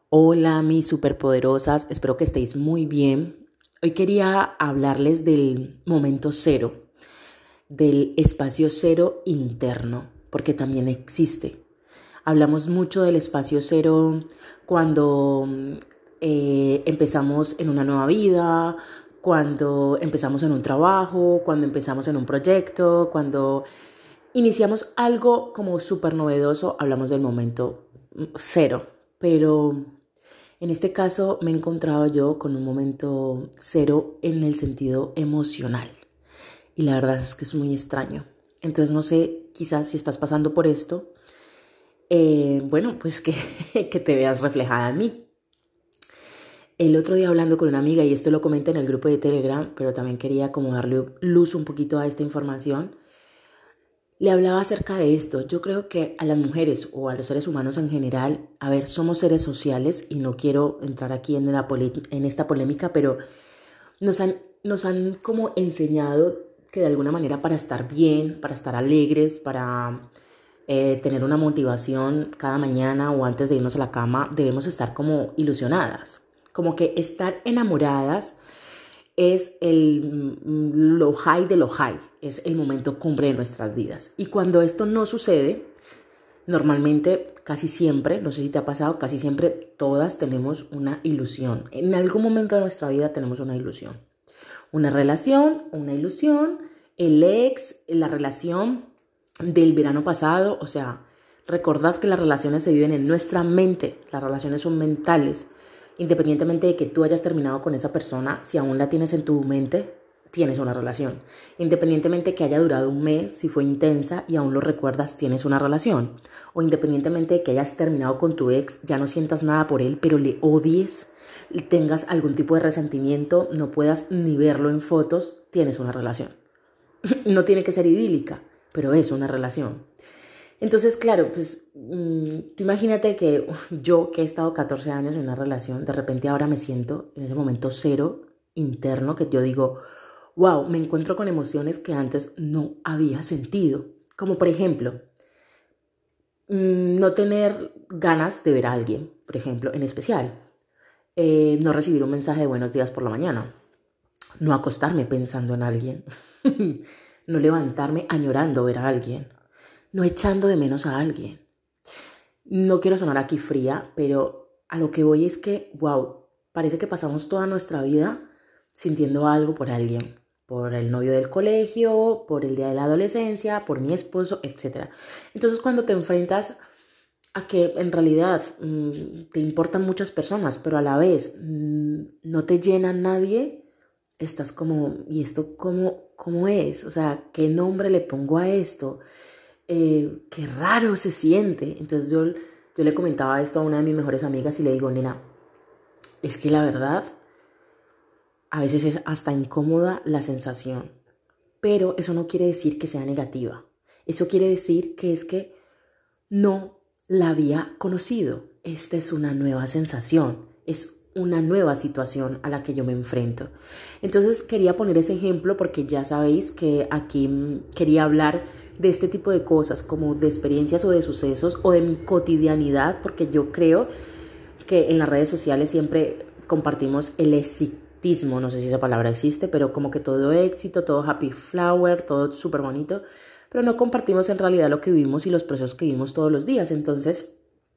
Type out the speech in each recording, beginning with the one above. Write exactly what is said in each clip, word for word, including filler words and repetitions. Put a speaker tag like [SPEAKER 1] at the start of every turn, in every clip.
[SPEAKER 1] Hola, mis superpoderosas, espero que estéis muy bien. Hoy quería hablarles del momento cero, del espacio cero interno, porque también existe. Hablamos mucho del espacio cero cuando eh, empezamos en una nueva vida, cuando empezamos en un trabajo, cuando empezamos en un proyecto, cuando iniciamos algo como súper novedoso, hablamos del momento cero, pero en este caso me he encontrado yo con un momento cero en el sentido emocional y la verdad es que es muy extraño. Entonces no sé, quizás si estás pasando por esto, eh, bueno, pues que, que te veas reflejada en mí. El otro día hablando con una amiga, y esto lo comenté en el grupo de Telegram, pero también quería como darle luz un poquito a esta información, le hablaba acerca de esto. Yo creo que a las mujeres o a los seres humanos en general, a ver, somos seres sociales y no quiero entrar aquí en, la en esta polémica, pero nos han, nos han como enseñado que de alguna manera para estar bien, para estar alegres, para eh, tener una motivación cada mañana o antes de irnos a la cama, debemos estar como ilusionadas. Como que estar enamoradas es el, lo high de lo high, es el momento cumbre de nuestras vidas. Y cuando esto no sucede, normalmente, casi siempre, no sé si te ha pasado, casi siempre todas tenemos una ilusión. En algún momento de nuestra vida tenemos una ilusión. Una relación, una ilusión, el ex, la relación del verano pasado, o sea, recordad que las relaciones se viven en nuestra mente, las relaciones son mentales. Independientemente de que tú hayas terminado con esa persona, si aún la tienes en tu mente, tienes una relación. Independientemente de que haya durado un mes, si fue intensa y aún lo recuerdas, tienes una relación. O independientemente de que hayas terminado con tu ex, ya no sientas nada por él, pero le odies, tengas algún tipo de resentimiento, no puedas ni verlo en fotos, tienes una relación. No tiene que ser idílica, pero es una relación. Entonces, claro, pues mmm, tú imagínate que uf, yo que he estado catorce años en una relación, de repente ahora me siento en ese momento cero interno que yo digo, wow, me encuentro con emociones que antes no había sentido. Como por ejemplo, mmm, no tener ganas de ver a alguien, por ejemplo, en especial. Eh, no recibir un mensaje de buenos días por la mañana. No acostarme pensando en alguien. No levantarme añorando ver a alguien. No echando de menos a alguien. No quiero sonar aquí fría, pero a lo que voy es que, wow, parece que pasamos toda nuestra vida sintiendo algo por alguien, por el novio del colegio, por el día de la adolescencia, por mi esposo, etcétera. Entonces, cuando te enfrentas a que en realidad mmm, te importan muchas personas, pero a la vez mmm, no te llena nadie, estás como, ¿y esto cómo, cómo es? O sea, ¿qué nombre le pongo a esto? Eh, qué raro se siente. Entonces yo, yo le comentaba esto a una de mis mejores amigas y le digo, nena, es que la verdad, a veces es hasta incómoda la sensación, pero eso no quiere decir que sea negativa. Eso quiere decir que es que no la había conocido. Esta es una nueva sensación, es una nueva situación a la que yo me enfrento. Entonces quería poner ese ejemplo porque ya sabéis que aquí quería hablar de este tipo de cosas, como de experiencias o de sucesos o de mi cotidianidad, porque yo creo que en las redes sociales siempre compartimos el exitismo, no sé si esa palabra existe, pero como que todo éxito, todo happy flower, todo súper bonito, pero no compartimos en realidad lo que vivimos y los procesos que vivimos todos los días. Entonces,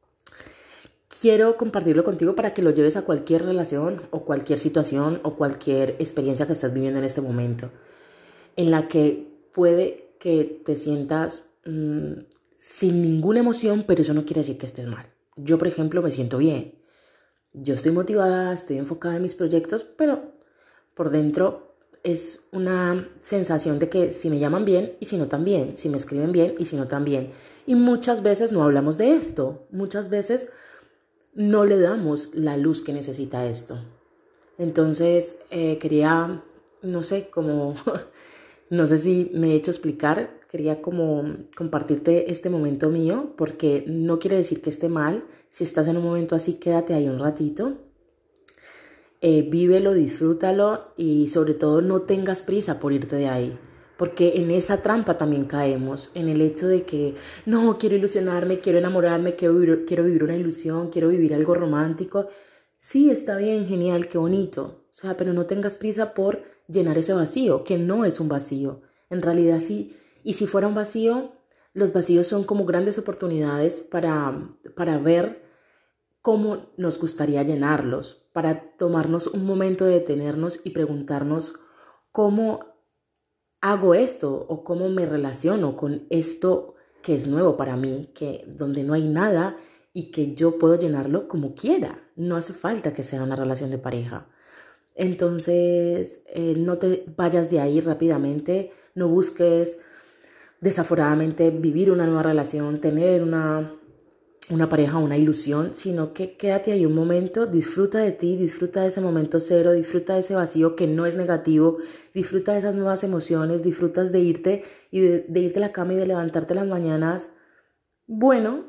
[SPEAKER 1] quiero compartirlo contigo para que lo lleves a cualquier relación o cualquier situación o cualquier experiencia que estés viviendo en este momento, en la que puede que te sientas mmm, sin ninguna emoción, pero eso no quiere decir que estés mal. Yo, por ejemplo, me siento bien. Yo estoy motivada, estoy enfocada en mis proyectos, pero por dentro es una sensación de que si me llaman bien y si no también, si me escriben bien y si no también. Y muchas veces no hablamos de esto, muchas veces no le damos la luz que necesita esto. Entonces eh, quería, no sé, como, no sé si me he hecho explicar, quería como compartirte este momento mío, porque no quiere decir que esté mal. Si estás en un momento así, quédate ahí un ratito. Eh, vívelo, disfrútalo y sobre todo no tengas prisa por irte de ahí, porque en esa trampa también caemos, en el hecho de que no, quiero ilusionarme, quiero enamorarme, quiero vivir, quiero vivir una ilusión, quiero vivir algo romántico. Sí, está bien, genial, qué bonito, o sea, pero no tengas prisa por llenar ese vacío, que no es un vacío. En realidad sí, y si fuera un vacío, los vacíos son como grandes oportunidades para, para ver cómo nos gustaría llenarlos, para tomarnos un momento de detenernos y preguntarnos cómo hago esto o cómo me relaciono con esto que es nuevo para mí, que donde no hay nada y que yo puedo llenarlo como quiera. No hace falta que sea una relación de pareja. Entonces, eh, no te vayas de ahí rápidamente, no busques desaforadamente vivir una nueva relación, tener una una pareja, una ilusión, sino que quédate ahí un momento, disfruta de ti, disfruta de ese momento cero, disfruta de ese vacío que no es negativo, disfruta de esas nuevas emociones, disfrutas de irte y de, de irte a la cama y de levantarte las mañanas, bueno,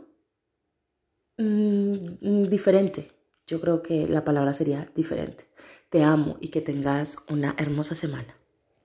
[SPEAKER 1] mmm, diferente. Yo creo que la palabra sería diferente. Te amo y que tengas una hermosa semana.